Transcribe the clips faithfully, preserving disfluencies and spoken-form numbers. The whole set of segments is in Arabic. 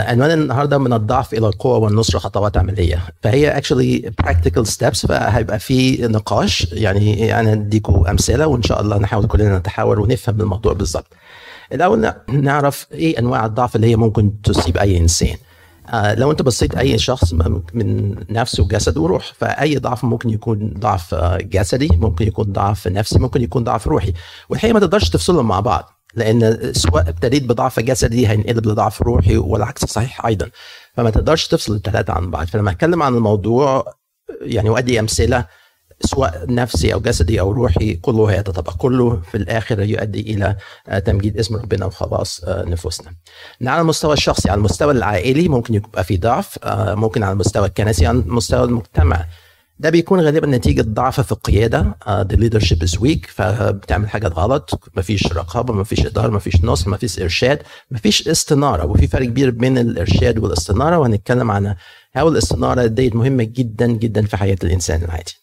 عنوان النهارده من الضعف الى القوه والنصر خطوات عمليه، فهي actually practical steps. فهيبقى في نقاش، يعني يعني اديكم امثله وان شاء الله نحاول كلنا نتحاور ونفهم الموضوع بالظبط. الاول نعرف ايه انواع الضعف اللي هي ممكن تصيب اي انسان. آه لو انت بصيت اي شخص من نفسه وجسد وروح، فاي ضعف ممكن يكون ضعف جسدي، ممكن يكون ضعف نفسي، ممكن يكون ضعف روحي، والحقيقه ما تقدرش تفصلهم مع بعض، لان سواء ابتديت بضعف جسدي هينقلب لضعف روحي والعكس صحيح ايضا، فما تقدرش تفصل الثلاثه عن بعض. فلما اتكلم عن الموضوع يعني وادي امثله سواء نفسي او جسدي او روحي، كله هيتطابق، كله في الاخر يؤدي الى تمجيد اسم ربنا وخلاص نفوسنا. على المستوى الشخصي، على المستوى العائلي ممكن يبقى في ضعف، ممكن على المستوى الكنسي، على مستوى المجتمع ده بيكون غالبا نتيجه ضعف في القياده. the leadership is weak، فبتعمل حاجات غلط، مفيش رقابه، مفيش اداره، مفيش نصح، مفيش ارشاد، مفيش استناره. وفي فرق كبير بين الارشاد والاستناره، وهنتكلم عن how الاستناره دي مهمه جدا جدا في حياه الانسان العادي.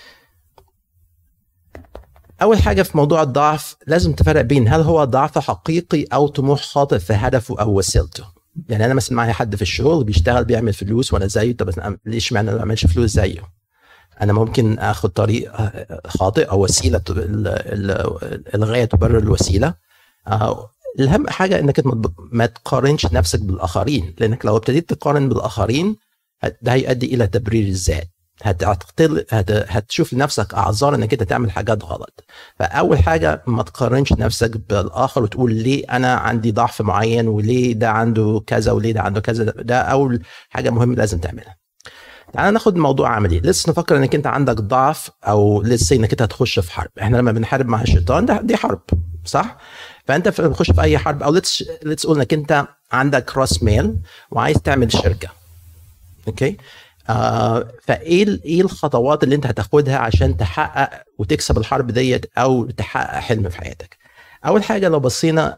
أول حاجة في موضوع الضعف لازم تفرق بين هل هو ضعف حقيقي أو طموح خاطئ في هدفه أو وسيلته. يعني أنا مثلا معايا حد في الشغل بيشتغل بيعمل فلوس وأنا زيه، طب ليش معنى ما بعملش فلوس زيه؟ أنا ممكن آخد طريق خاطئ أو وسيلة، الغاية تبرر الوسيلة. الأهم حاجة إنك ما تقارنش نفسك بالآخرين، لأنك لو ابتديت تقارن بالآخرين ده هيؤدي إلى تبرير الذات. هتعتقد هتشوف لنفسك اعذار انك انت تعمل حاجات غلط. فاول حاجه ما تقارنش نفسك بالاخر وتقول ليه انا عندي ضعف معين وليه ده عنده كذا وليه ده عنده كذا. ده اول حاجه مهمه لازم تعملها. تعال ناخد موضوع عملي. لسه نفكر انك انت عندك ضعف او لسه انك انت هتخش في حرب. احنا لما بنحارب مع الشيطان ده دي حرب، صح؟ فانت بتخش في اي حرب، او لتس لتس قول انك انت عندك راس مال وعايز تعمل شركه. اوكي، آه فايه ايه الخطوات اللي انت هتاخدها عشان تحقق وتكسب الحرب ديت او تحقق حلم في حياتك؟ اول حاجه لو بصينا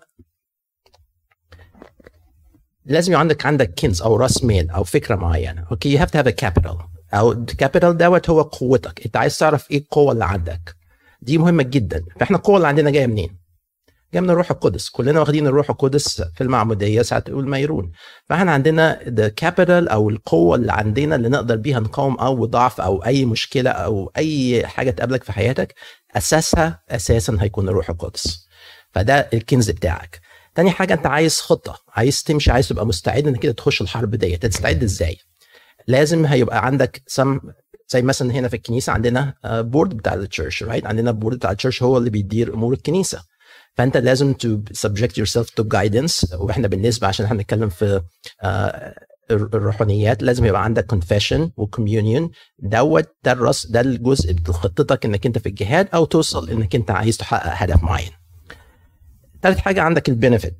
لازم يبقى عندك عندك كنز او راس مال او فكره معينه. اوكي، يو هاف تو هاف ا كابيتال، او الكابيتال دوت هو قوتك. انت عايز تعرف ايه القوه اللي عندك، دي مهمه جدا. فاحنا القوه اللي عندنا جايه منين؟ جاي من الروح القدس. كلنا واخدين الروح القدس في المعموديه ساعه تقول ميرون. فاحنا عندنا ذا كابيتال او القوه اللي عندنا اللي نقدر بيها نقاوم او ضعف او اي مشكله او اي حاجه تقابلك في حياتك، اساسها اساسا هيكون الروح القدس. فده الكنز بتاعك. تاني حاجه انت عايز خطه، عايز تمشي، عايز تبقى مستعد انك كده تخش الحرب دي. تستعد ازاي؟ لازم هيبقى عندك سم زي مثلا هنا في الكنيسه عندنا بورد بتاع التشيرش، رايت؟ عندنا بورد بتاع التشيرش هو اللي بيدير امور الكنيسه. فانت لازم to subject yourself to guidance. واحنا بالنسبه عشان احنا بنتكلم في آه الروحانيات لازم يبقى عندك confession وcommunion. دوت ده الراس، ده الجزء من خطتك انك انت في الجهاد او توصل انك انت عايز تحقق هدف معين. ثالث حاجه عندك البنفيت.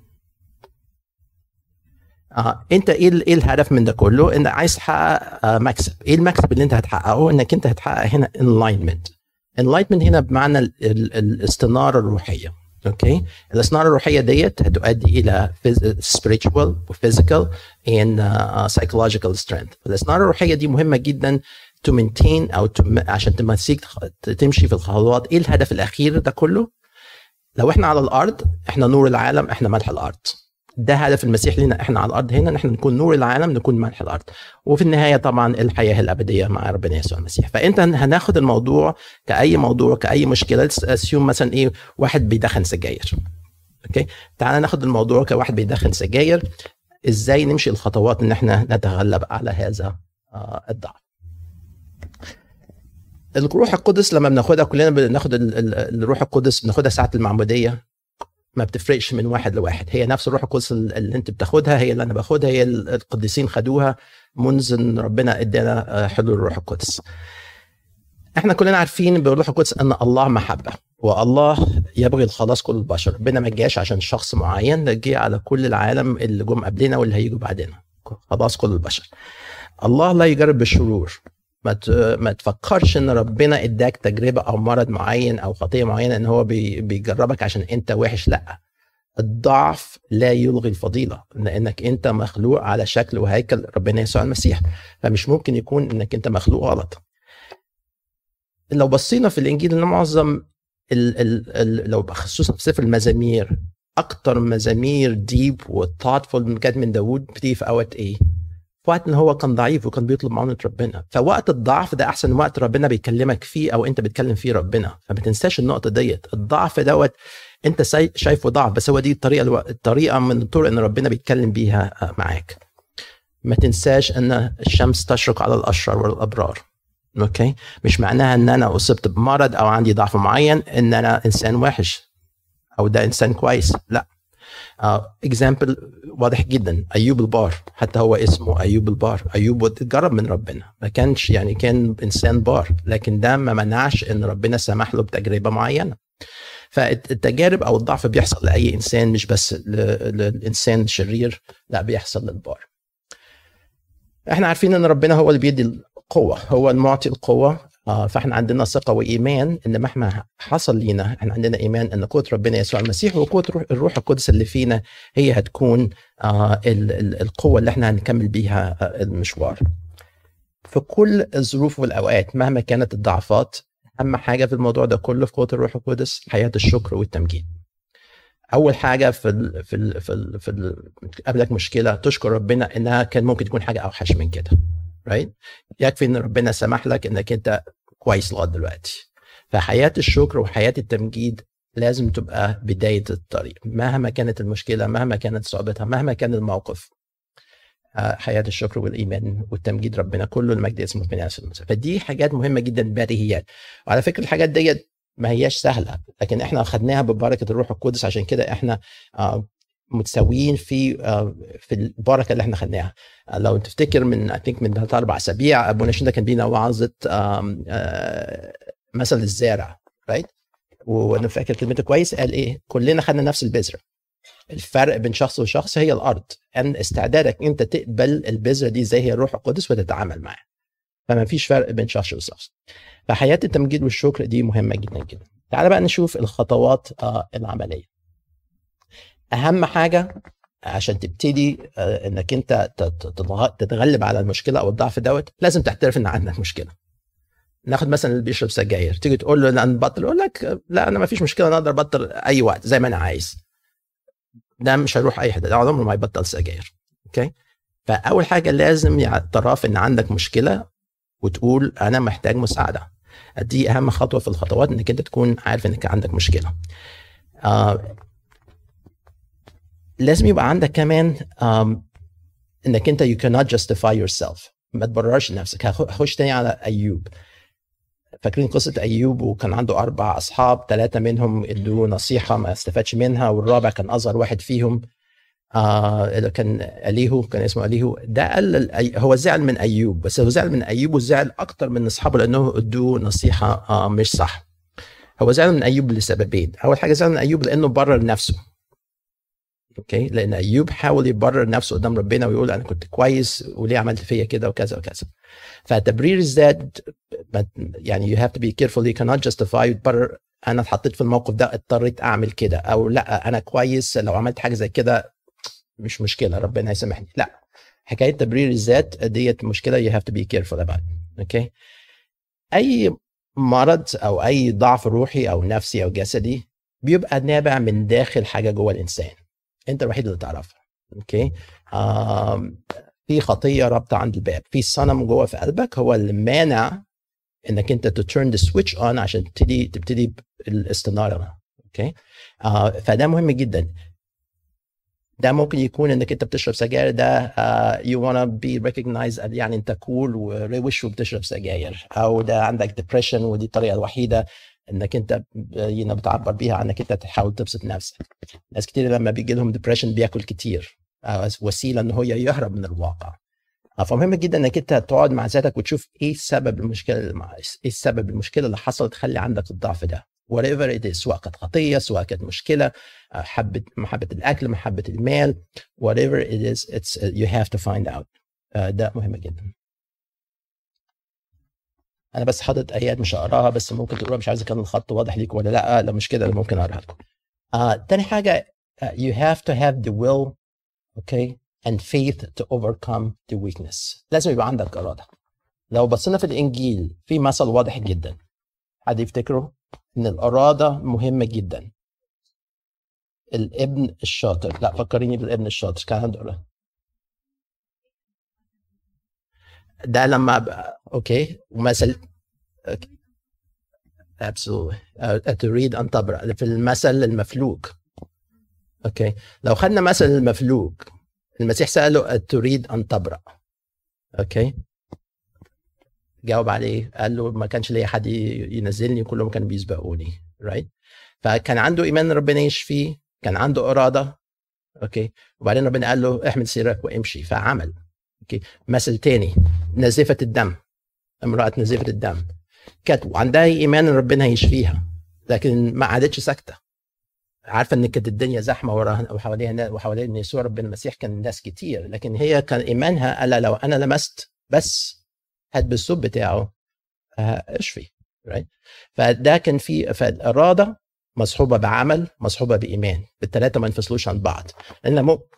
آه انت ايه ايه الهدف من ده كله؟ انت عايز تحقق آه مكسب. ايه المكسب اللي انت هتحققه؟ انك انت هتحقق هنا enlightenment. enlightenment هنا بمعنى ال ال الاستناره الروحيه. اوكي، الاستناره الروحيه ديت هتؤدي الى spiritual physical and uh, psychological strength. الاستناره الروحيه دي مهمه جدا to maintain او to عشان تمسك تمشي في الخطوات. ايه الهدف الاخير ده كله؟ لو احنا على الارض احنا نور العالم، احنا ملح الارض. ده هدف المسيح لنا احنا على الارض هنا، ان احنا نكون نور العالم، نكون ملح الارض، وفي النهايه طبعا الحياه الابديه مع ربنا يسوع المسيح. فانت هناخد الموضوع كاي موضوع كاي مشكله. اسيوم مثلا ايه، واحد بيدخن سجاير. اوكي، تعال ناخد الموضوع كواحد بيدخن سجاير، ازاي نمشي الخطوات ان احنا نتغلب على هذا آه الضعف. الروح القدس لما بناخدها كلنا بناخد الروح القدس بناخدها ساعه المعموديه، ما بتفرقش من واحد لواحد. هي نفس الروح القدس اللي انت بتاخدها هي اللي انا باخدها، هي القديسين خدوها منذ ان ربنا ادانا حلول الروح القدس. احنا كلنا عارفين بالروح القدس ان الله محبه، والله يبغي الخلاص كل البشر. ربنا ما جاش عشان شخص معين، ده جه على كل العالم اللي جم قبلنا واللي هيجوا بعدنا، خلاص كل البشر. الله لا يجرب بالشرور. ما ما تفكرش ان ربنا اداك تجربه او مرض معين او خطيه معينه ان هو بيجربك عشان انت وحش. لا، الضعف لا يلغي الفضيله، لانك انت مخلوق على شكل وهيكل ربنا يسوع المسيح، فمش ممكن يكون انك انت مخلوق غلط. لو بصينا في الانجيل ان معظم ال ال ال لو خصوصا في سفر المزامير اكتر مزامير ديب وثوتفول جت من داوود بتيجي في اوقات ايه؟ في وقت ان هو كان ضعيف وكان بيطلب معونة ربنا. فوقت الضعف ده احسن وقت ربنا بيكلمك فيه او انت بتكلم فيه ربنا. فما تنساش النقطه ديت. الضعف دوت انت شايفه ضعف، بس هو دي الطريقه الطريقه من الطرق ان ربنا بيتكلم بيها معاك. ما تنساش ان الشمس تشرق على الاشرار والابرار. اوكي، مش معناها ان انا اصبت بمرض او عندي ضعف معين ان انا انسان وحش او ده انسان كويس. لا. اكزامبل uh, واضح جدا، ايوب البار، حتى هو اسمه ايوب البار. ايوب اتجرب من ربنا، ما كانش يعني كان انسان بار، لكن ده ما منعش ان ربنا سمح له بتجربه معينه. فالتجارب او الضعف بيحصل لاي انسان، مش بس للانسان الشرير، لا بيحصل للبار. احنا عارفين ان ربنا هو اللي بيدي القوه، هو المعطي القوه. آه فاحنا عندنا ثقه وايمان ان مهما حصل لينا احنا عندنا ايمان ان قوه ربنا يسوع المسيح وقوه الروح القدس اللي فينا هي هتكون آه القوه اللي احنا هنكمل بيها آه المشوار في كل الظروف والاوقات مهما كانت الضعفات. اهم حاجه في الموضوع ده كله في قوه الروح القدس حياه الشكر والتمجيد. اول حاجه في ال في ال في ال في ال قابلك مشكله تشكر ربنا انها كان ممكن تكون حاجه اوحش من كده. رايت؟ يكفي ان ربنا سمح لك انك انت كويس لغايه دلوقتي. فحياه الشكر وحياه التمجيد لازم تبقى بدايه الطريق مهما كانت المشكله، مهما كانت صعوبتها، مهما كان الموقف. حياه الشكر والايمان والتمجيد ربنا كله المجد اسمه ربنا يسوع. فدي حاجات مهمه جدا، بديهيات. وعلى فكره الحاجات ديت ما هياش سهله، لكن احنا خدناها ببركه الروح القدس، عشان كده احنا آه متساويين في آه في البركه اللي احنا خدناها. آه لو تفتكر من اي ثينك من ثلاث اربع اسابيع ابونا شنودة كان بينا وعظه آه آه مثل الزارع. رايت؟ وانا فاكر كلمته كويس، قال ايه؟ كلنا خدنا نفس البذره، الفرق بين شخص وشخص هي الارض، ان استعدادك انت تقبل البذره دي زي هي الروح القدس وتتعامل معاها. فما فيش فرق بين شخص وشخص. فحياه التمجيد والشكر دي مهمه جدا جدا. تعال بقى نشوف الخطوات آه العمليه. اهم حاجه عشان تبتدي آه انك انت تتغلب على المشكله او الضعف دوت، لازم تعترف ان عندك مشكله. ناخد مثلا اللي بيشرب سجاير، تيجي تقول له لا نبطل، يقول لك لا انا ما فيش مشكله، انا اقدر ابطل اي وقت زي ما انا عايز. ده مش هيروح اي حته، ده عمره ما يبطل سجاير. اوكي؟ فاول حاجه لازم يعترف ان عندك مشكله وتقول انا محتاج مساعده. دي اهم خطوه في الخطوات، انك انت تكون عارف انك عندك مشكله. آه لازم يبقى عندك كمان آه انك انت you cannot justify yourself، ما تبررش نفسك. هخش تاني على ايوب. فاكرين قصه ايوب؟ وكان عنده اربع اصحاب، ثلاثه منهم ادوا نصيحه ما استفادش منها، والرابع كان اصغر واحد فيهم آه كان اليهو، كان اسمه اليهو. ده قال هو زعل من ايوب، بس هو زعل من ايوب وزعل اكتر من اصحابه لانه ادوا نصيحه آه مش صح. هو زعل من ايوب لسببين. اول حاجه زعل من ايوب لانه برر نفسه. اوكي؟ لان ايوب حاول يبرر نفسه قدام ربنا ويقول انا كنت كويس وليه عملت فيا كده وكذا وكذا. فتبرير الذات يعني you have to be careful. you cannot justify تبرر انا اتحطيت في الموقف ده اضطريت اعمل كده، او لا انا كويس لو عملت حاجه زي كده مش مشكله ربنا يسامحني. لا، حكايه تبرير الذات ديت مشكله you have to be careful about. اوكي؟ اي مرض او اي ضعف روحي او نفسي او جسدي بيبقى نابع من داخل حاجه جوه الانسان، انت الوحيد اللي تعرفها. اوكي؟ آم في خطيه رابطه عند الباب، في صنم جوه في قلبك هو اللي مانع انك انت to turn the switch on عشان تبتدي تبتدي الاستناره. اوكي؟ آه فده مهم جدا. ده ممكن يكون انك انت بتشرب سجاير، ده uh, you wanna be recognized يعني انت كول وروش وبتشرب سجاير، او ده عندك depression ودي الطريقه الوحيده انك انت ينا بتعبر بيها عنك انت تحاول تبسط نفسك. ناس كتير لما بيجي لهم depression بياكل كتير، uh, وسيله ان هو يهرب من الواقع. uh, فمهم جدا انك انت تقعد مع ذاتك وتشوف ايه سبب المشكله، ايه السبب المشكله اللي حصلت تخلي عندك الضعف ده. whatever it is، سواء كانت خطيه، سواء كانت مشكله حبه محبه الاكل، محبه المال، whatever it is it's you have to find out. uh, ده مهم جدا. انا بس حاطط ايات مش هقراها، بس ممكن تقولها، مش عايز كان الخط واضح ليك ولا لا. لو مش كده ممكن اقراها لكم. uh, تاني حاجه uh, you have to have the will okay and faith to overcome the weakness. لازم يبقى عندك اراده. لو بصينا في الانجيل في مثل واضح جدا، حد يفتكره ان الاراده مهمه جدا. الابن الشاطر، لا فكريني بالابن الشاطر كان عنده ده لما أبقى اوكي ومثل absolutely uh, تريد ان تبرأ في المثل المفلوج. اوكي لو خدنا مثل المفلوج المسيح سأله تريد ان تبرأ، اوكي جاوب عليه قال له ما كانش ليا حد ينزلني كلهم كانوا بيسبقوني، right؟ فكان عنده ايمان ربنا يشفيه، كان عنده اراده، اوكي وبعدين ربنا قال له احمل سيرك وامشي فعمل. اوكي مثل تاني نزفه الدم، امراه نزفه الدم كانت عندها ايمان ان ربنا هيشفيها لكن ما قعدتش ساكته، عارفه ان كانت الدنيا زحمه وراها وحواليها وحوالين يسوع ربنا المسيح كان الناس كتير، لكن هي كان ايمانها قال لو انا لمست بس هات بالصوت بتاعه اشفي، right؟ فده كان في فالاراده مصحوبه بعمل مصحوبه بايمان، بالثلاثه ما ينفصلوش عن بعض. لان مو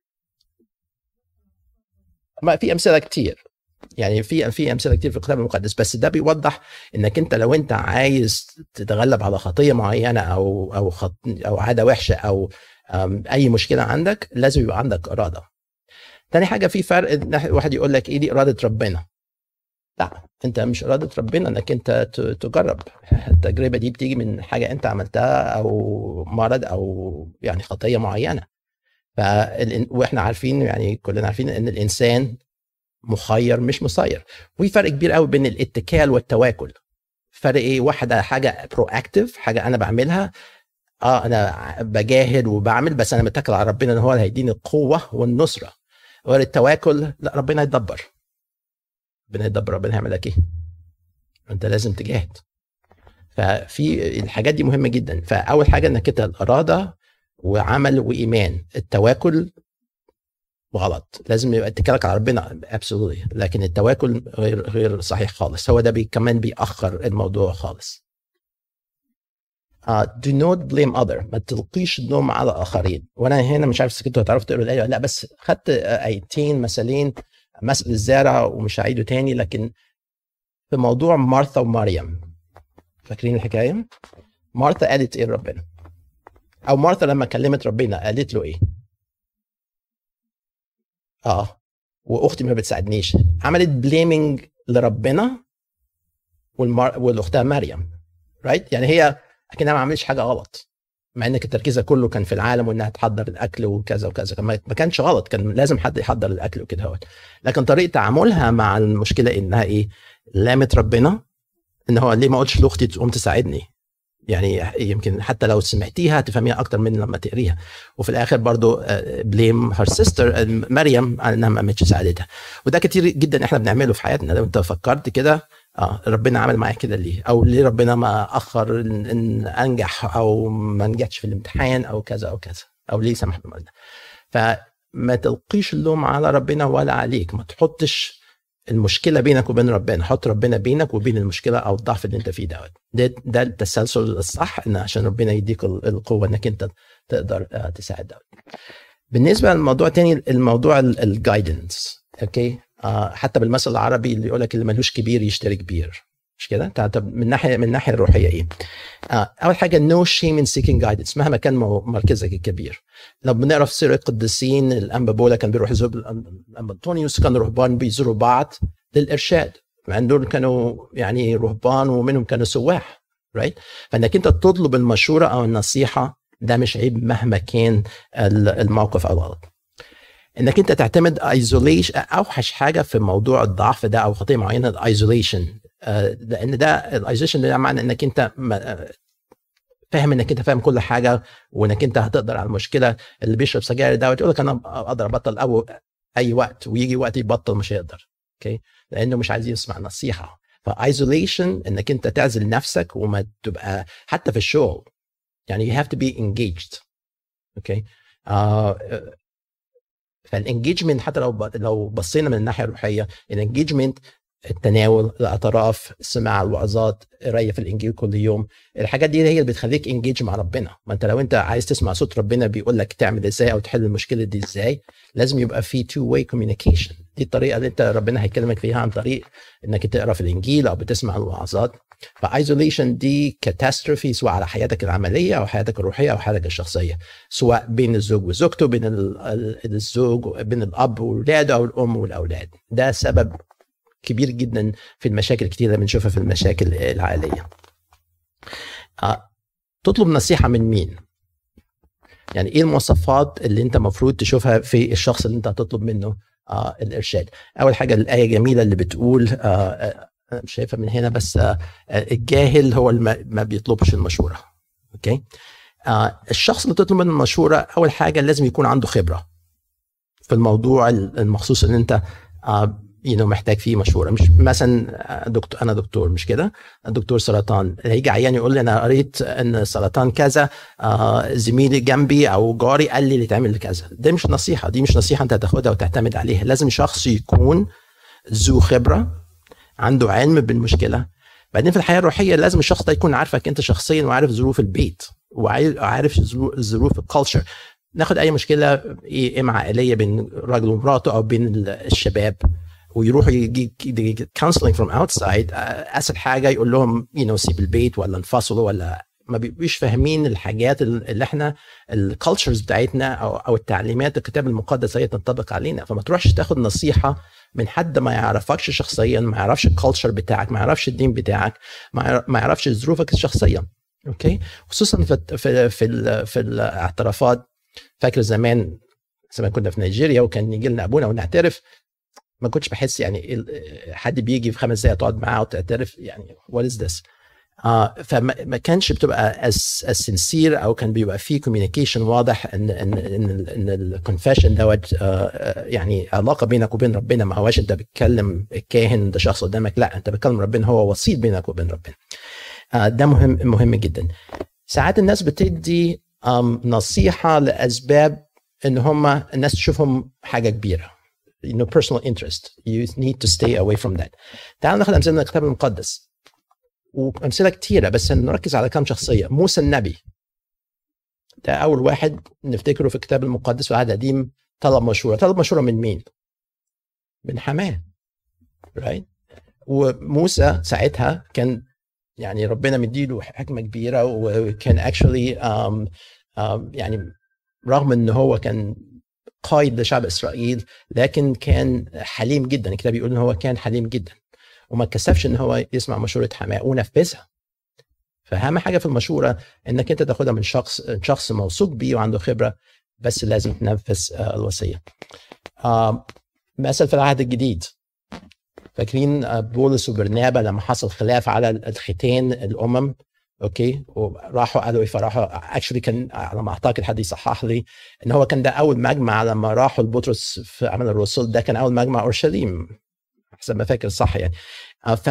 ما في امثله كتير، يعني في في امثله كتير في الكتاب المقدس، بس ده بيوضح انك انت لو انت عايز تتغلب على خطيه معينه او او خط او عاده وحشه او اي مشكله عندك لازم يبقى عندك اراده. تاني حاجه في فرق، واحد يقول لك ايه دي اراده ربنا، لا انت مش اراده ربنا انك انت تجرب. التجربه دي بتيجي من حاجه انت عملتها او مرض او يعني خطيه معينه. ف واحنا عارفين يعني كلنا عارفين ان الانسان مخير مش مسير. وفي فرق كبير قوي بين الاتكال والتواكل. فرق ايه؟ واحده حاجه برو اكتيف، حاجه انا بعملها، اه انا بجاهد وبعمل بس انا متكل على ربنا ان هو اللي هيديني القوه والنصره. غير التواكل لا ربنا يدبر، ربنا يدبر، ربنا هيعمل لك ايه؟ انت لازم تجاهد. ففي الحاجات دي مهمه جدا. فاول حاجه انك انت الاراده وعمل وايمان. التواكل غلط، لازم يبقى اتكالك على ربنا absolutely، لكن التواكل غير غير صحيح خالص. هو ده بي كمان بيأخر الموضوع خالص. uh, do not blame other، ما تلقيش اللوم على اخرين. وانا هنا مش عارف سكتوا هتعرفوا تقروا الايه ولا لا، بس خدت ايتين مثلين، مثل الزارع ومش هعيده تاني، لكن في موضوع مارثا ومريم فاكرين الحكايه؟ مارثا قالت ايه لربنا؟ او مارثا لما كلمت ربنا قالت له ايه؟ اه واختي ما بتساعدنيش، عملت بليمنج لربنا والمر... والاختها مريم، رايت؟ يعني هي اكنها ما عملتش حاجه غلط، مع ان تركيزها كله كان في العالم وانها تحضر الاكل وكذا وكذا. ما كانش غلط، كان لازم حد يحضر الاكل وكده هو، لكن طريقه تعاملها مع المشكله انها ايه؟ لامت ربنا ان هو ليه ما قلتش لاختي تقوم تساعدني؟ يعني يمكن حتى لو سمعتيها تفهميها اكتر من لما تقريها. وفي الاخر برضو بليم هير سيستر مريم انها ما قامتش ساعدتها. وده كتير جدا احنا بنعمله في حياتنا. لو انت فكرت كده اه ربنا عمل معايا كده ليه؟ او ليه ربنا ما اخر ان, إن انجح او ما نجحش في الامتحان او كذا او كذا، او ليه سمح بالمرض. فما تلقيش اللوم على ربنا ولا عليك، ما تحطش المشكله بينك وبين ربنا، حط ربنا بينك وبين المشكله او الضعف اللي انت فيه دوت. ده ده التسلسل الصح، ان عشان ربنا يديك القوه انك انت تقدر تساعد دوت. بالنسبه للموضوع تاني، الموضوع الجايدنس، اوكي آه حتى بالمثل العربي اللي يقول لك اللي ملوش كبير يشتري كبير، مش كده؟ طب من ناحيه من الناحيه الروحيه ايه؟ آه اول حاجه نو شيم ان سيكينج جايدنس مهما كان مركزك الكبير. لو بنقرا في سير القديسين، الانبا بولا كان بيروح يزور الانبا انطونيوس، كانوا رهبان بيزوروا بعض للارشاد، مع ان دول كانوا يعني رهبان ومنهم كانوا سواح، رايت؟ فانك انت تطلب المشوره او النصيحه ده مش عيب مهما كان الموقف او الغلط. انك انت تعتمد ايزوليشن، اوحش حاجه في موضوع الضعف ده او خطيه معينه الايزوليشن، لان ده الايزوليشن ده معنى انك انت فاهم انك انت فاهم كل حاجه وانك انت هتقدر على المشكله. اللي بيشرب سجاير ده ويقول لك انا اقدر ابطل او اي وقت، ويجي وقت يبطل مش هيقدر، اوكي؟ لانه مش عايز يسمع نصيحه. فايزوليشن انك انت تعزل نفسك وما تبقى حتى في الشغل، يعني you have to be engaged، اوكي؟ آه فالانجيجمنت حتى لو لو بصينا من الناحيه الروحيه، الانجيجمنت التناول، الاعتراف، سماع الوعظات، قرايه في الانجيل كل يوم، الحاجات دي هي اللي بتخليك انجيج مع ربنا. ما انت لو انت عايز تسمع صوت ربنا بيقول لك تعمل ازاي او تحل المشكله دي ازاي، لازم يبقى في تو واي كوميونيكيشن، دي الطريقه اللي انت ربنا هيكلمك فيها عن طريق انك تقرا في الانجيل او بتسمع الوعظات. فايزوليشن دي كاتاستروفي سواء على حياتك العمليه او حياتك الروحيه او حياتك الشخصيه، سواء بين الزوج وزوجته، بين الزوج بين الاب واولاده او الام والاولاد. ده سبب كبير جدا في المشاكل كتير اللي بنشوفها في المشاكل العائليه. أه تطلب نصيحه من مين؟ يعني ايه المواصفات اللي انت المفروض تشوفها في الشخص اللي انت هتطلب منه آه الارشاد؟ اول حاجه الايه جميله اللي بتقول آه آه مش شايفها من هنا بس آه الجاهل هو اللي ما بيطلبش المشوره. اوكي. آه الشخص اللي تطلب منه المشوره اول حاجه لازم يكون عنده خبره في الموضوع المخصوص اللي انت آه you know محتاج فيه مشوره. مش مثلا دكتور، انا دكتور مش كده، دكتور سرطان، هيجي عيان يقول لي انا قريت ان سرطان كذا، آه زميلي جنبي او جاري قال لي اللي تعمل كذا. ده مش نصيحه، دي مش نصيحه انت هتاخدها وتعتمد عليها. لازم شخص يكون ذو خبره، عنده علم بالمشكله. بعدين في الحياه الروحيه لازم الشخص ده يكون عارفك انت شخصيا وعارف ظروف البيت وعارف ظروف الكالتشر. ناخد اي مشكله ايه مع عائليه بين راجل ومراته او بين الشباب ويروحوا يجي counseling from outside، اسهل حاجه يقول لهم you know سيب البيت ولا انفصلوا، ولا ما بيبقوش فاهمين الحاجات اللي احنا الكالتشرز بتاعتنا او او التعليمات الكتاب المقدس هي تنطبق علينا. فما تروحش تاخد نصيحه من حد ما يعرفكش شخصيا، ما يعرفش الكالتشر بتاعك، ما يعرفش الدين بتاعك، ما يعرفش ظروفك الشخصيه. اوكي. خصوصا في في في, في الاعترافات. فاكر زمان زمان كنا في نيجيريا وكان يجي لنا ابونا ونعترف، ما كنتش بحس يعني حد بيجي في خمس دقايق تقعد معاه وتعترف يعني what is this. آه فما كانش بتبقى as as sincere او كان بيبقى فيه communication واضح ان ان ان ان الكونفيشن دوت آه يعني علاقه بينك وبين ربنا. ما هواش انت بتكلم الكاهن ده شخص قدامك، لا انت بتكلم ربنا، هو وسيط بينك وبين ربنا. آه ده مهم مهم جدا. ساعات الناس بتدي نصيحه لاسباب ان هم الناس تشوفهم حاجه كبيره، you know personal interest. You need to stay away from that. تعالوا ناخذ امثله من الكتاب المقدس وامثله كثيره بس نركز على كم شخصيه. موسى النبي ده اول واحد نفتكره في الكتاب المقدس في العهد القديم طلب مشوره. طلب مشوره من مين؟ من حماه. right. وموسى ساعتها كان يعني ربنا مديله حكمه كبيره وكان actually um, um, يعني رغم ان هو كان قائد لشعب اسرائيل لكن كان حليم جدا. الكتاب بيقول ان هو كان حليم جدا وما كسفش ان هو يسمع مشوره حماه ونفذها. فاهم حاجه في المشوره انك انت تاخدها من شخص شخص موثوق بيه وعنده خبره، بس لازم تنفذ الوصيه. مثل في العهد الجديد، فاكرين بولس وبرنابا لما حصل خلاف على الختان الامم؟ اوكي. وراحوا قالوا ايه؟ فراحوا اكشلي كان على ما اعتقد حد يصحح لي ان هو كان ده اول مجمع لما راحوا لبطرس في عمل الرسل، ده كان اول مجمع اورشليم حسب ما فاكر صح يعني. ف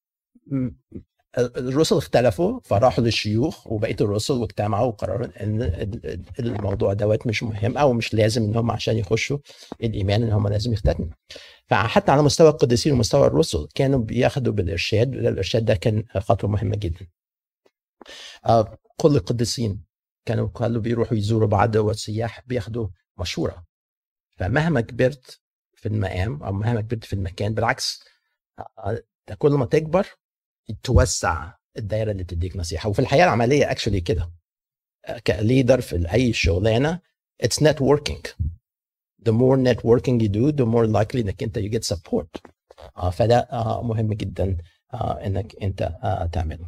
الرسل اختلفوا فراحوا للشيوخ وبقيه الرسل واجتمعوا وقرروا ان الموضوع دوت مش مهم او مش لازم ان هم عشان يخشوا الايمان ان هم لازم يختتنوا. فحتى على مستوى القديسين ومستوى الرسل كانوا بياخدوا بالارشاد. الارشاد ده كان خطوه مهمه جدا. آه كل القديسين كانوا قالوا بيروحوا يزوروا بعض والسياح بياخدوا مشوره. فمهما كبرت في المقام او مهما كبرت في المكان بالعكس آه ده كل ما تكبر توسع الدائره اللي بتديك نصيحه. وفي الحياه العمليه اكشلي كده كليدر في اي شغلانه it's networking. the more networking you do the more likely انك انت you get support. آه فده آه مهم جدا آه انك انت آه تعمله.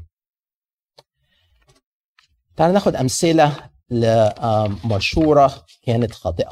تعال ناخد امثله لمشوره كانت خاطئه.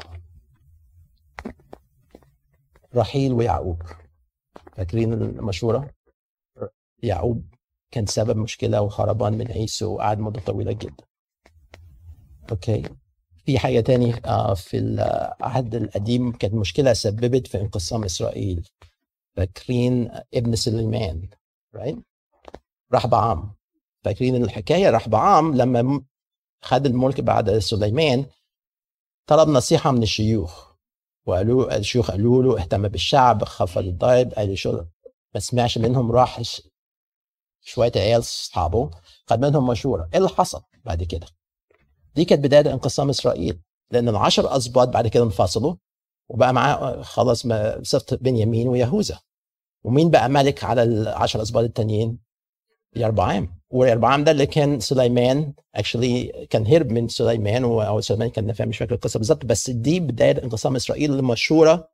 رحيل ويعقوب، فاكرين المشوره؟ يعقوب كان سبب مشكله وخربان من عيسو وقعد مده طويله جدا. اوكي. في حاجه تاني في العهد القديم كانت مشكله سببت في انقسام اسرائيل. فاكرين ابن سليمان؟ right. رحبعام، فاكرين الحكايه؟ رحبعام لما خد الملك بعد سليمان طلب نصيحه من الشيوخ وقالوا الشيوخ قالوا له اهتم بالشعب، خفض الضرائب، قال شو ما سمعش منهم، راح شويه عيال اصحابه خد منهم مشوره. ايه اللي حصل بعد كده؟ دي كانت بدايه انقسام اسرائيل لان العشر اسباط بعد كده انفصلوا وبقى معاه خلاص سبط بنيامين ويهوذا. ومين بقى ملك على العشر اسباط التانيين؟ يربعام. ويربعام ده اللي كان سليمان اكشلي كان هرب من سليمان، او سليمان كان نافع، مش فاكر القصه بالظبط، بس دي بدايه انقسام اسرائيل المشهوره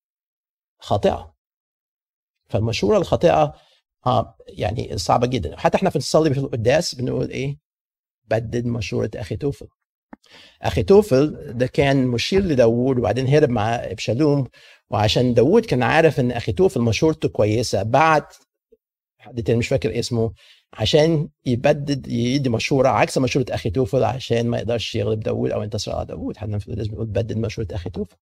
خاطئه. فالمشوره الخاطئه اه يعني صعبه جدا. حتى احنا في الصلاه في القداس بنقول ايه؟ بدد مشوره اخيتوفل. اخيتوفل ده كان مشير لداوود وبعدين هرب مع ابشالوم، وعشان داوود كان عارف ان اخيتوفل مشورته كويسه، بعت حد تاني مش فاكر اسمه عشان يبدد يدي مشوره عكس مشوره اخيتوفل عشان ما يقدرش يغلب داوود او ينتصر على داوود. حد لازم يقول بدد مشوره اخيتوفل.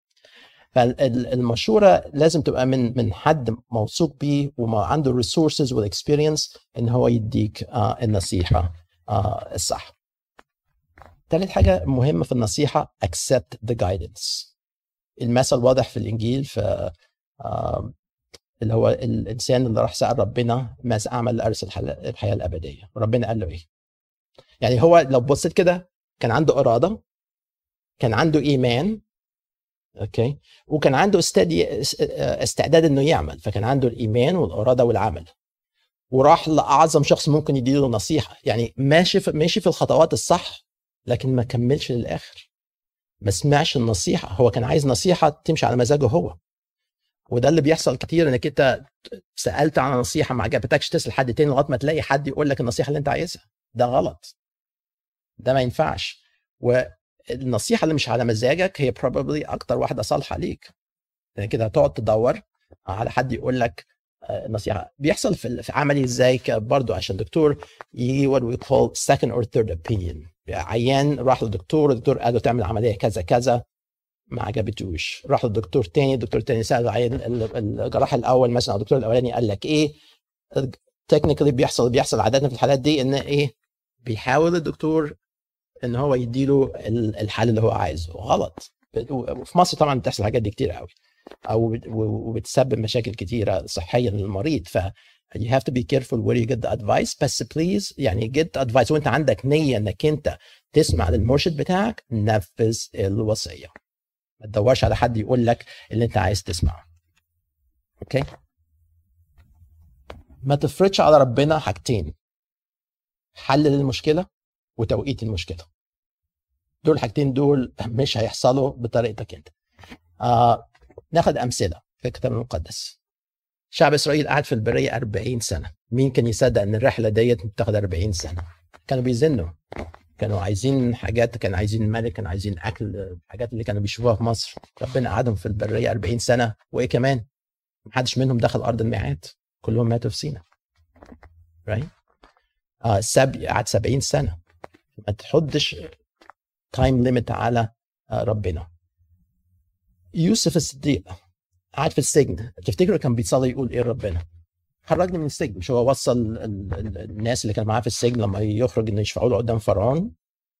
فالمشوره لازم تبقى من من حد موثوق بيه وما عنده الريسورسز والاكسبيرينس ان هو يديك آه النصيحه آه الصح. ثالث حاجه مهمه في النصيحه accept the guidance. المثل واضح في الانجيل في آه اللي هو الانسان اللي راح سال ربنا ماذا اعمل لارث الحياه الابديه، وربنا قال له ايه؟ يعني هو لو بصيت كده كان عنده اراده، كان عنده ايمان، اوكي، وكان عنده استعداد انه يعمل. فكان عنده الايمان والاراده والعمل، وراح لاعظم شخص ممكن يديله نصيحه. يعني ماشي في ماشي في الخطوات الصح، لكن ما كملش للاخر، ما سمعش النصيحه. هو كان عايز نصيحه تمشي على مزاجه هو، وده اللي بيحصل كتير، انك انت سالت عن نصيحه ما عجبتكش تسال حد تاني لغايه ما تلاقي حد يقول لك النصيحه اللي انت عايزها. ده غلط، ده ما ينفعش. والنصيحه اللي مش على مزاجك هي probably اكتر واحده صالحه ليك. يعني كده هتقعد تدور على حد يقول لك نصيحه. بيحصل في عملي ازاي برضو عشان دكتور يجي what we call second or third opinion. عيان راح للدكتور، الدكتور قال له تعمل عمليه كذا كذا، ما عجبتوش، راح للدكتور تاني، الدكتور تاني سال عيان الجراح الاول مثلا او الدكتور الاولاني قال لك ايه. تكنيكالي بيحصل بيحصل عاده في الحالات دي ان ايه، بيحاول الدكتور ان هو يديله الحل اللي هو عايزه. غلط. وفي مصر طبعا بتحصل الحاجات دي كتير قوي، او وبتسبب مشاكل كتيره صحيه للمريض. ف you have to be careful where you get the advice. بس بليز يعني get advice وانت عندك نيه انك انت تسمع للمرشد بتاعك، نفذ الوصيه، ما تدورش على حد يقول لك اللي انت عايز تسمعه. اوكي، ما تفرضش على ربنا حاجتين: حل للمشكله وتوقيت المشكله. دول حاجتين دول مش هيحصلوا بطريقتك انت. آه ناخد امثله في الكتاب المقدس. شعب اسرائيل قعد في البريه أربعين سنه. مين كان يصدق ان الرحله ديت بتاخد أربعين سنه؟ كانوا بيزنوا، كانوا عايزين حاجات، كانوا عايزين ملك، كانوا عايزين اكل، الحاجات اللي كانوا بيشوفوها في مصر. ربنا قعدهم في البريه أربعين سنه، وايه كمان؟ محدش منهم دخل ارض الميعاد، كلهم ماتوا في سينا. right؟ آه السبي قعد سبعين سنه. ما تحطش تايم ليميت على آه ربنا. يوسف الصديق قعد في السجن، تفتكروا كان بيصلي يقول ايه ربنا؟ خرجني من السجن. مش هو وصل ال ال الناس اللي كانوا معاه في السجن لما يخرج انه يشفعوا له قدام فرعون؟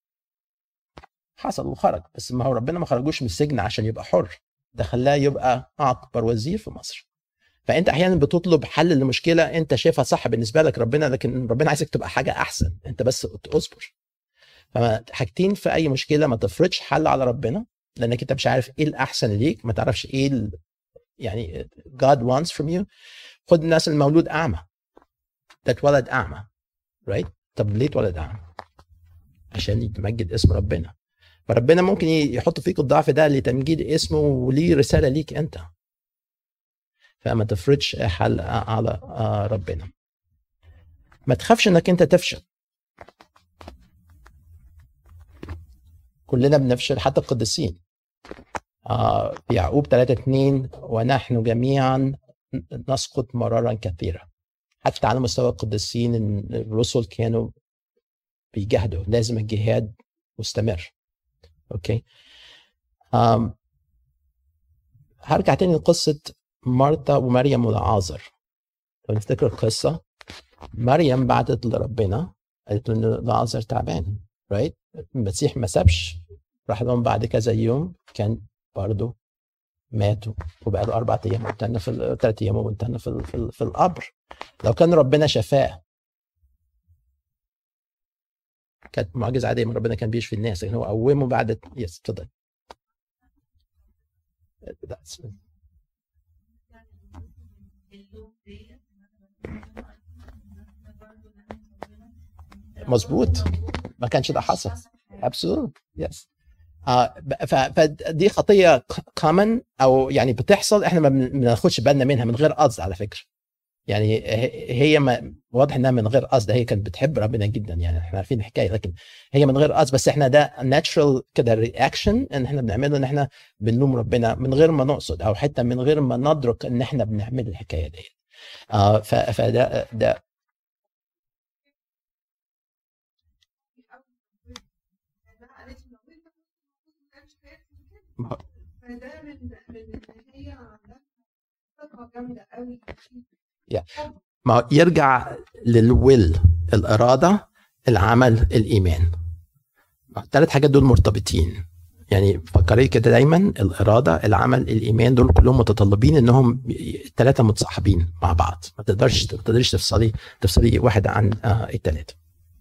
حصل وخرج، بس ما هو ربنا ما خرجوش من السجن عشان يبقى حر، ده خلاه يبقى اكبر وزير في مصر. فانت احيانا بتطلب حل لمشكله انت شايفها صح بالنسبه لك ربنا، لكن ربنا عايزك تبقى حاجه احسن، انت بس اصبر. فحاجتين في اي مشكله: ما تفرضش حل على ربنا لانك انت مش عارف ايه الاحسن ليك، ما تعرفش ايه ال... يعني God wants from you. خد الناس المولود اعمى، ده اتولد اعمى، right؟ طب ليه اتولد اعمى؟ عشان يتمجد اسم ربنا. فربنا ممكن يحط فيك الضعف ده لتمجيد اسمه وليه رساله ليك انت. فما تفرضش حل على ربنا. ما تخافش انك انت تفشل. كلنا بنفشل، حتى القديسين. آه في يعقوب ثلاثة اثنين ونحن جميعا نسقط مرارا كثيرا. حتى على مستوى القديسين الرسل كانوا بيجاهدوا، لازم الجهاد مستمر. اوكي، آم هرجع تاني لقصة مرتا ومريم والعازر. لو نفتكر القصة، مريم بعتت لربنا قالت له ان العازر تعبان، رايت؟ المسيح ما سابش، راح لهم بعد كذا يوم كان برضه ماتوا، وبقى له اربع ايام وانتهى في ثلاث ايام وانتهى في في, في القبر. لو كان ربنا شفاه كانت معجزه عاديه من ربنا، كان بيشفي الناس، لكن هو قومه بعد. يس اتفضل. مظبوط، ما كانش ده حصل. absolutely yes. آه فدي خطيه كومن او يعني بتحصل، احنا ما بناخدش بالنا منها من غير قصد على فكره. يعني هي ما واضح انها من غير قصد، هي كانت بتحب ربنا جدا، يعني احنا عارفين الحكايه، لكن هي من غير قصد، بس احنا ده ناتشرال كده رياكشن ان احنا بنعمله، ان احنا بنلوم ربنا من غير ما نقصد، او حتى من غير ما ندرك ان احنا بنعمل الحكايه دي. آه فده ده فده من من هي عندها ثقه جامده قوي. ما يرجع للويل، الاراده، العمل، الايمان. الثلاث حاجات دول مرتبطين، يعني فكري كده دايما، الاراده، العمل، الايمان، دول كلهم متطلبين انهم الثلاثه متصاحبين مع بعض، ما تقدرش ما تقدريش تفصلي تفصلي واحد عن آه الثلاثه.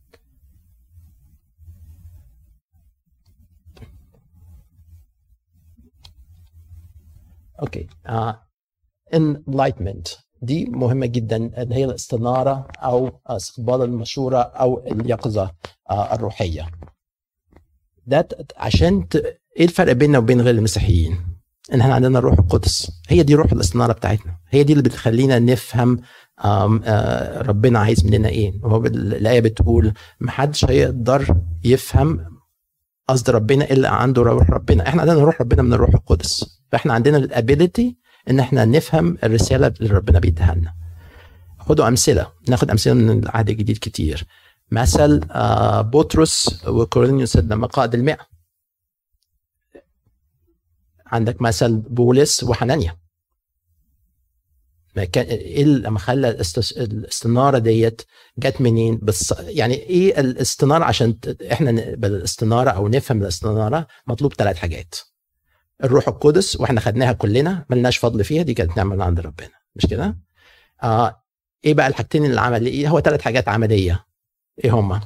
اوكي. آه. enlightenment دي مهمه جدا، اللي هي الاستناره او استقبال المشوره او اليقظه آه الروحيه. ده عشان ت... ايه الفرق بيننا وبين غير المسيحيين؟ ان احنا عندنا الروح القدس، هي دي روح الاستناره بتاعتنا، هي دي اللي بتخلينا نفهم آم آه ربنا عايز مننا ايه. وهو الايه بتقول ما حدش هيقدر يفهم قصد ربنا الا عنده روح ربنا. احنا عندنا روح ربنا من الروح القدس، فاحنا عندنا الابيليتي ان احنا نفهم الرساله اللي ربنا بيديها لنا. خدوا امثله، ناخد امثله من العهد الجديد كتير. مثل آه بطرس وكورنيوس لما قائد المئة. عندك مثل بولس وحنانيا. ما كان ايه لما خلى الاستناره ديت جت منين؟ بس يعني ايه الاستناره؟ عشان احنا بالاستناره او نفهم الاستناره مطلوب ثلاث حاجات. الروح القدس، واحنا خدناها كلنا، ملناش فضل فيها، دي كانت نعمه من عند ربنا، مش كده؟ آه ايه بقى الحاجتين اللي عمل ايه؟ هو ثلاث حاجات عمليه. ايه هما؟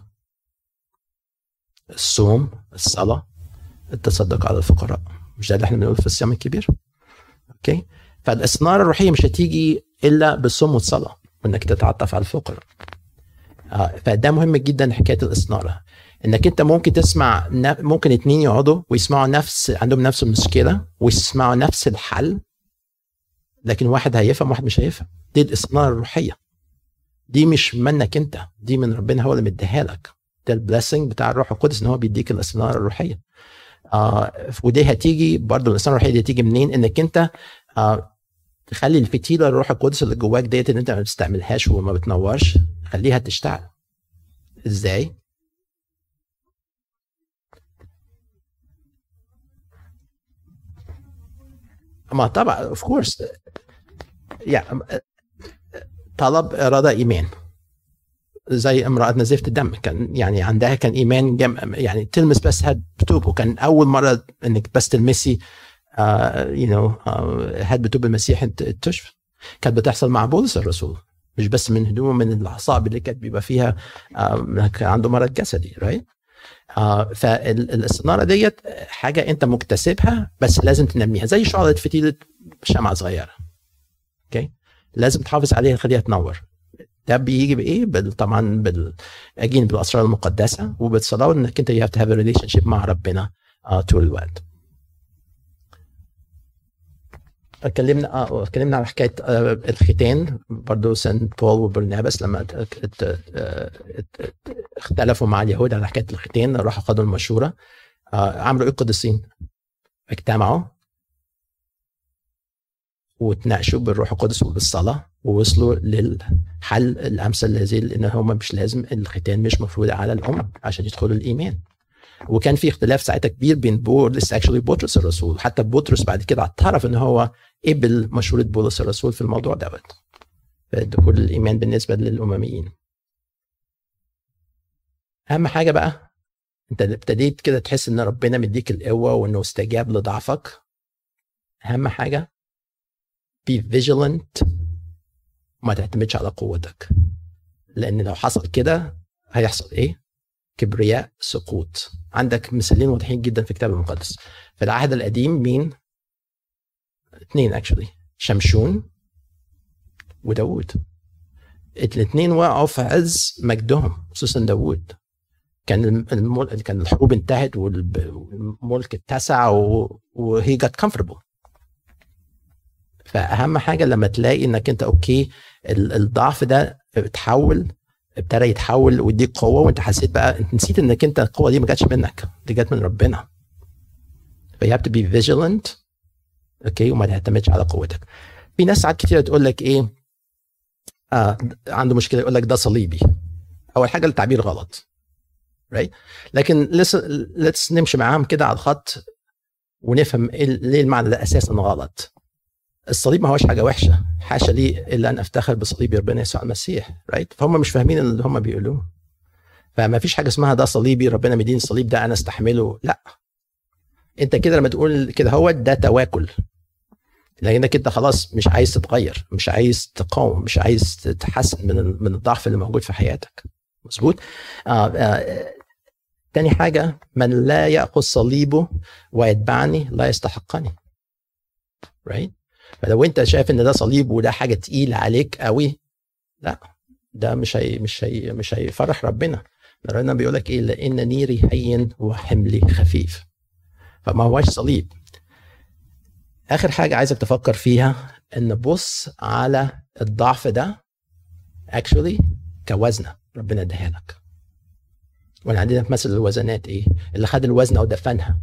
الصوم، الصلاه، التصدق على الفقراء. مش ده اللي احنا بنقول في الصيام الكبير؟ اوكي. فالاستناره الروحيه مش هتيجي الا بالصوم والصلاه، وانك تتعطف على الفقراء. آه فده مهم جدا حكايه الاستناره، انك انت ممكن تسمع، ممكن اتنين يقعدوا ويسمعوا نفس، عندهم نفس المشكله ويسمعوا نفس الحل، لكن واحد هيفهم واحد مش هيفهم. دي الاستناره الروحيه، دي مش منك انت، دي من ربنا، هو اللي مديها لك. ده البليسنج بتاع الروح القدس، ان هو بيديك الاستناره الروحيه. آه ودي هتيجي برضه، الاستناره الروحيه دي هتيجي منين؟ انك انت آه تخلي الفتيله الروح القدس اللي جواك ديت، اللي انت ما بتستعملهاش وما بتنورش، خليها تشتغل. ازاي؟ ما طبعا اوف كورس، يعني طلب اراده ايمان. زي امراه نزيفه الدم، كان يعني عندها كان ايمان جم... يعني تلمس بس هاد بتوب، وكان اول مره انك بس تلمسي يو نو هاد بتوب المسيح تشفى. كانت بتحصل مع بولس الرسول، مش بس من هدومه، من العصاب اللي كانت بيبقى فيها uh, كان عنده مرض جسدي، رايت؟ آه فالاستناره ديت حاجه انت مكتسبها، بس لازم تنميها، زي شعله فتيله شمعه صغيره. اوكي، لازم تحافظ عليها، خليها تنور. ده بيجي بايه؟ طبعا بال اجين بالاسرار المقدسه، وبالصلاه، انك انت you have to have a relationship مع ربنا آه طول الوقت. اتكلمنا اه اتكلمنا على حكايه آه الختان برضه. سانت بول وبرنابس لما اختلفوا مع اليهود على حكايه الختان، راحوا خدوا المشوره. آه عملوا ايه القديسين؟ اجتمعوا وتناقشوا بالروح القدس وبالصلاه، ووصلوا للحل الامثل الذي ان هم مش لازم، الختان مش مفروض على الامم عشان يدخلوا الايمان. وكان في اختلاف ساعتها كبير بين بولس اكشلي بطرس الرسول، حتى بطرس بعد كده اعترف ان هو قبل مشوره بولس الرسول في الموضوع دوت، دخول الايمان بالنسبه للامميين. اهم حاجه بقى، انت ابتديت كده تحس ان ربنا مديك القوه وانه استجاب لضعفك. اهم حاجه be vigilant، وما تعتمدش على قوتك، لان لو حصل كده هيحصل ايه؟ كبرياء، سقوط. عندك مثالين واضحين جدا في الكتاب المقدس. في العهد القديم مين؟ اثنين اكشولي، شمشون وداود. الاثنين وقعوا في عز مجدهم، خصوصا داود كان المل... كان الحروب انتهت والملك اتسع وهي جت كومفورتبل. فاهم حاجه لما تلاقي انك انت اوكي الضعف ده اتحول ابتدى يتحول ويديك قوه، وانت حسيت بقى انت نسيت انك انت القوه دي ما جاتش منك، دي جت من ربنا. ف you have to be vigilant اوكي، وما تعتمدش على قوتك. في ناس ساعات كتير تقول لك ايه آه عنده مشكله يقول لك ده صليبي. اول حاجه التعبير غلط right؟ لكن let's نمشي معاهم كده على الخط ونفهم إيه ليه المعنى ده اساسا غلط. الصليب ما هوش حاجه وحشه، حاشا لي الا ان افتخر بصليب ربنا يسوع المسيح رايت. فهم مش فاهمين اللي هم بيقولوه. فما فيش حاجه اسمها ده صليبي ربنا مديني الصليب ده انا استحمله، لا. انت كده لما تقول كده هو ده تواكل، لانك انت خلاص مش عايز تتغير، مش عايز تقاوم، مش عايز تتحسن من من الضعف اللي موجود في حياتك. مظبوط. آه آه تاني حاجه، من لا ياخذ صليبه ويتبعني لا يستحقني رايت. فلو انت شايف ان ده صليب وده حاجه تقيله عليك قوي، لا ده مش هي مش هي مش هيفرح ربنا. ربنا بيقول لك ايه؟ لان نيري هين وحملي خفيف. فما هوش صليب. اخر حاجه عايزك تفكر فيها ان بص على الضعف ده actually كوزنه ربنا اداها لك. وانا عندنا في مثل الوزنات ايه؟ اللي خد الوزنه ودفنها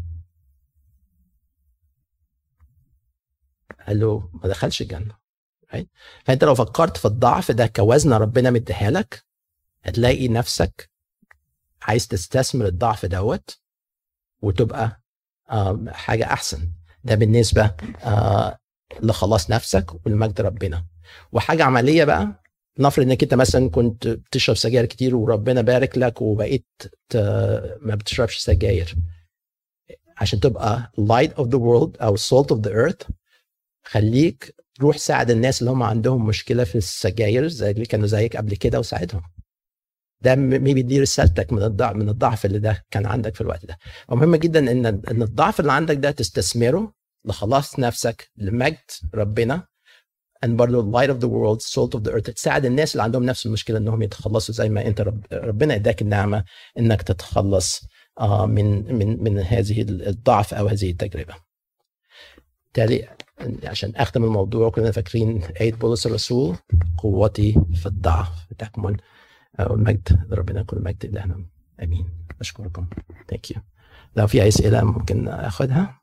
قال له ما دخلش الجنه right؟ فانت لو فكرت في الضعف ده كوزنه ربنا مديها لك، هتلاقي نفسك عايز تستثمر الضعف دوت وتبقى آه حاجه احسن. ده بالنسبه آه لخلاص نفسك والمجد ربنا. وحاجه عمليه بقى، نفرض انك انت مثلا كنت بتشرب سجاير كتير وربنا بارك لك وبقيت ما بتشربش سجاير، عشان تبقى light of the world او salt of the earth، خليك روح ساعد الناس اللي هم عندهم مشكله في السجاير زي اللي كانوا زيك قبل كده وساعدهم. ده ميبي دي رسالتك من الضعف من الضعف اللي ده كان عندك في الوقت ده. ومهم جدا ان ان الضعف اللي عندك ده تستثمره لخلاص نفسك لمجد ربنا، ان برضه light of the world salt of the earth، تساعد الناس اللي عندهم نفس المشكله انهم يتخلصوا زي ما انت رب ربنا اداك النعمه انك تتخلص آه من من من هذه الضعف او هذه التجربه. بالتالي عشان اختم الموضوع، كلنا فاكرين آية بولس الرسول قوتي في الضعف تكمن، او المجد لربنا كل مجد لنا امين. اشكركم. ثانك يو. لو في اي اسئله ممكن اخذها.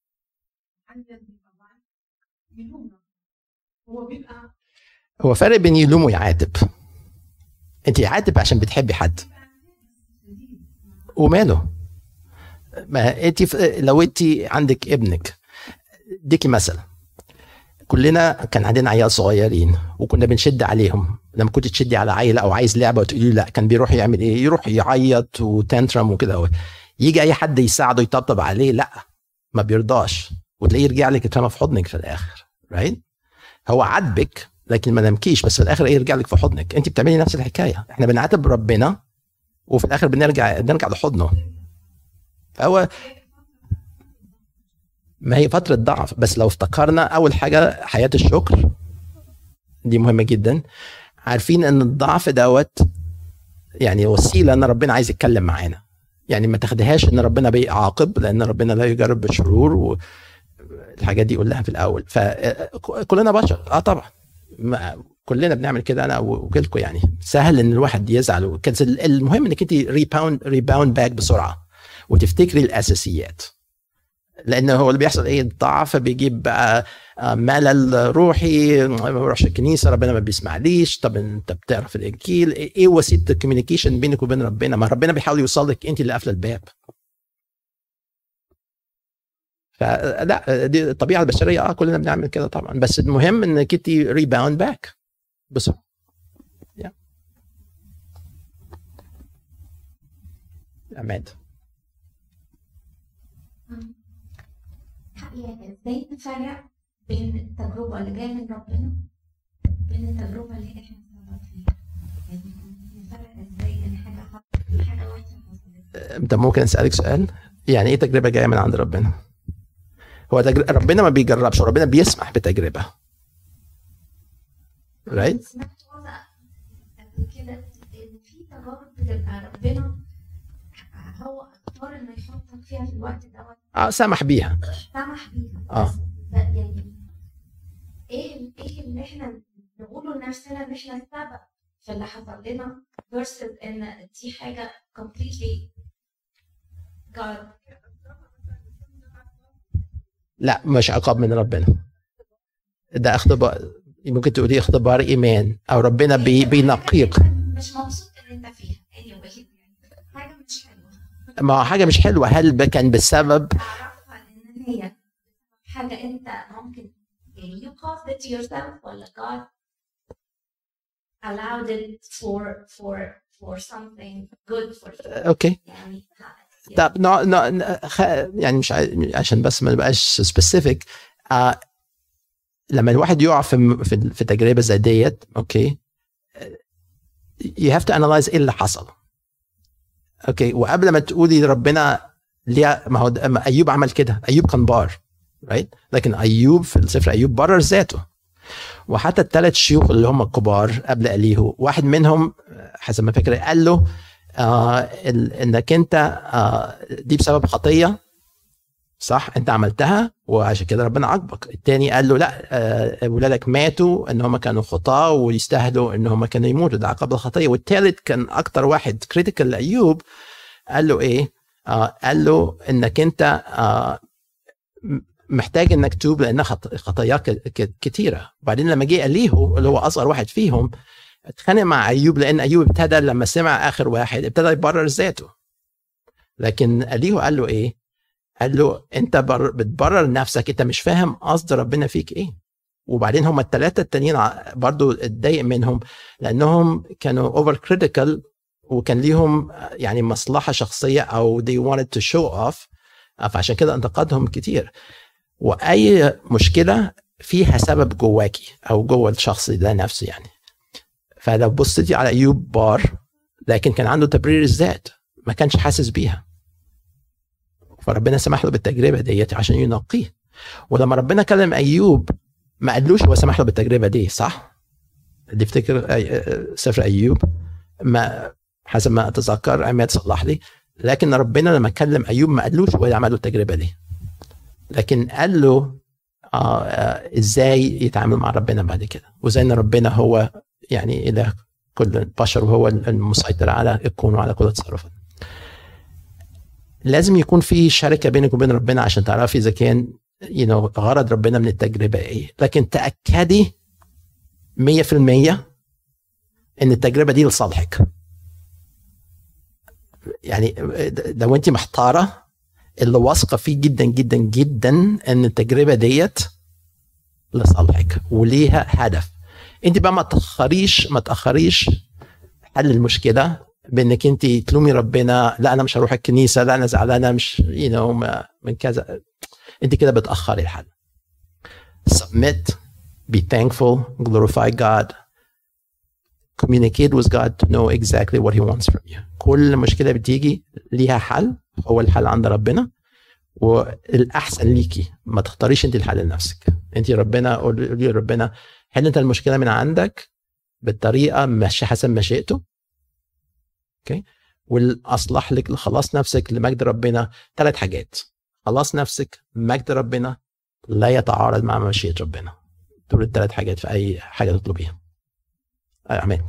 هو بيبقى هو فرق بين يلوم ويعاتب. انت يعاتب عشان بتحبي حد وماله. ما انت لو انت عندك ابنك، ديكي مثلا كلنا كان عندنا عيال صغيرين وكنا بنشد عليهم. لما كنت تشدي على عيل او عايز لعبه وتقولي لا، كان بيروح يعمل ايه؟ يروح يعيط وتنترم وكده. يجي اي حد يساعده يطبطب عليه، لا ما بيرضاش، وتلاقيه يرجع لك يترمى في حضنك في الاخر رايت. هو عاتبك لكن ما نمكيش، بس في الاخر ايه؟ يرجع لك في حضنك. انت بتعملي نفس الحكايه. احنا بنعاتب ربنا وفي الاخر بنرجع نرجع لحضنه. فهو ما هي فتره ضعف. بس لو افتكرنا اول حاجه حياه الشكر دي مهمه جدا. عارفين ان الضعف دوت يعني وسيله ان ربنا عايز يتكلم معانا. يعني ما تاخدهاش ان ربنا بيعاقب، لان ربنا لا يجرب بالشرور والحاجات دي قلناها في الاول. فكلنا بشر اه طبعا كلنا بنعمل كده، انا وكلكم. يعني سهل ان الواحد يزعل. كان المهم انك انت ريباوند ريباوند باك بسرعه وتفتكري الاساسيات. لان هو اللي بيحصل ايه؟ الضعف بيجيب بقى ملل روحي، ما بروحش الكنيسه، ربنا ما بيسمعليش. طب انت بتعرف الانجيل ايه؟ وسيله الكوميونيكيشن بينك وبين ربنا؟ ما ربنا بيحاول يوصل لك، انت اللي قافله الباب. فلا دي الطبيعه البشريه اه كلنا بنعمل كده طبعا. بس المهم انك انت ريباوند باك بسرعه. عماد يعني ازاي نفرق بين التجربه اللي جايه من ربنا بين التجربه اللي احنا بنتعرض فيها؟ يعني نفرق ازاي بين حاجه حاجه وحشه حصلت؟ انت ممكن اسالك سؤال؟ يعني ايه تجربه جايه من عند ربنا؟ هو تجر... ربنا ما بيجربش، ربنا بيسمح بتجربه. right؟ سمعت وضع قبل كده ان في تجارب بتبقى ربنا هو اختار انه يحطك فيها في الوقت دوت. اه سمح بيها. سمح بيها. اه يعني ايه ايه اللي احنا نقوله لنفسنا ان احنا السبب في اللي حصل لنا versus ان دي حاجه completely God. لا مش عقاب من ربنا، ده اختبار، ممكن تقولي اختبار ايمان، او ربنا بي بينقيك. مش مبسوط ان انت فيها anyway. حاجه مش حلوه. ما هو حاجه مش حلوه، هل كان بسبب اعرفها ان هي حاجه انت ممكن يعني you caused it yourself ولا God allowed it for for for something good for you. اوكي يعني طب نو نو يعني مش عشان بس ما نبقاش سبيسيفيك. آه لما الواحد يقع في في, في تجربه زي ديت، اوكي you have to analyze ايه اللي حصل. اوكي وقبل ما تقولي ربنا ليه، ما هو ايوب عمل كده، ايوب كان بار right؟ لكن ايوب في السفر ايوب برر ذاته، وحتى الثلاث شيوخ اللي هم الكبار قبل اليهو، واحد منهم حسب ما فكرة قال له آه انك انت آه دي بسبب خطيه صح انت عملتها وعشان كده ربنا عاقبك. الثاني قال له لا آه ولادك ماتوا ان هم كانوا خطاه ويستاهلوا ان هم كانوا يموتوا، ده عقاب الخطيه. والثالث كان اكتر واحد كريتيكال لايوب، قال له ايه آه قال له انك انت آه محتاج انك تتوب لان خطاياك كتيره. وبعدين لما جه اليهو اللي هو اصغر واحد فيهم اتخانق مع ايوب، لان ايوب ابتدى لما سمع اخر واحد ابتدى يبرر ذاته. لكن اليهو قال له ايه؟ قال له انت بتبرر نفسك، انت مش فاهم قصد ربنا فيك ايه. وبعدين هم الثلاثه التانيين برضو اتضايق منهم لانهم كانوا اوفر كريتيكال وكان ليهم يعني مصلحه شخصيه او they wanted to show off، فعشان كده انتقدهم كتير. واي مشكله فيها سبب جواكي او جوه الشخص ده نفسه يعني. فلو بصيتي على ايوب بار لكن كان عنده تبرير الذات، ما كانش حاسس بيها، فربنا سمح له بالتجربه ديت عشان ينقيه. ولما ربنا كلم ايوب ما قالوش هو سمح له بالتجربه دي صح؟ اللي يفتكر سفر ايوب ما حسب ما اتذكر، عماد صلح لي، لكن ربنا لما كلم ايوب ما قالوش هو عمل له التجربه دي، لكن قال له آه آه ازاي يتعامل مع ربنا بعد كده، وزي ان ربنا هو يعني اله كل البشر وهو المسيطر على الكون وعلى كل التصرفات. لازم يكون في شركه بينك وبين ربنا عشان تعرفي اذا كان you know غرض ربنا من التجربه ايه. لكن تاكدي مية في المية ان التجربه دي لصالحك. يعني لو انت محتاره، اللي واثقه فيه جدا جدا جدا ان التجربه ديت لصالحك وليها هدف. انت بقى ما تاخريش ما تاخريش حل المشكله بانك انت تلومي ربنا، لا انا مش هروح الكنيسه، لا انا زعلانه مش you know من كذا. انت كده بتاخري الحل. submit, be thankful, glorify God, communicate with God to know exactly what he wants from you. كل مشكله بتيجي ليها حل، هو الحل عند ربنا، والاحسن ليكي ما تختاريش انت الحل لنفسك. انت ربنا قولي ربنا حل انت المشكله من عندك بالطريقه مش حسب مشيئته، اوكي، والاصلح لك لخلاص نفسك لمجد ربنا. ثلاث حاجات: خلاص نفسك، مجد ربنا، لا يتعارض مع مشيئه ربنا. دول الثلاث حاجات في اي حاجه تطلبيها. امين.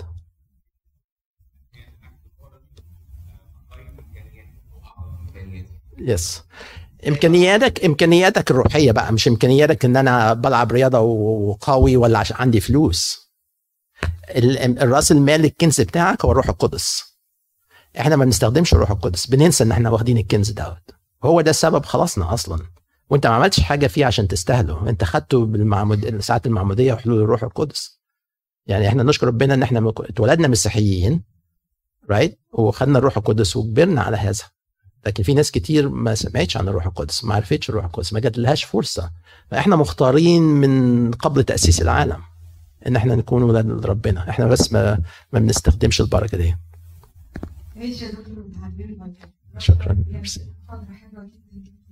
يس امكانياتك امكانياتك الروحيه بقى، مش امكانياتك ان انا بلعب رياضه وقوي ولا عشان عندي فلوس. الراس المال الكنز بتاعك هو الروح القدس. احنا ما بنستخدمش الروح القدس، بننسى ان احنا واخدين الكنز دوت، هو ده سبب خلاصنا اصلا. وانت ما عملتش حاجه فيه عشان تستاهله، انت خدته بالمعمود ساعه المعموديه وحلول الروح القدس. يعني احنا نشكر ربنا ان احنا اتولدنا مسيحيين رايت وخدنا الروح القدس وكبرنا على هذا. لكن في ناس كتير ما سمعتش عن الروح القدس، ما عرفتش الروح القدس، ما جات لهاش فرصه. فاحنا مختارين من قبل تاسيس العالم ان احنا نكون ولاد ربنا، احنا بس ما ما بنستخدمش البركه دي. ايش يا دكتور؟ شكرا.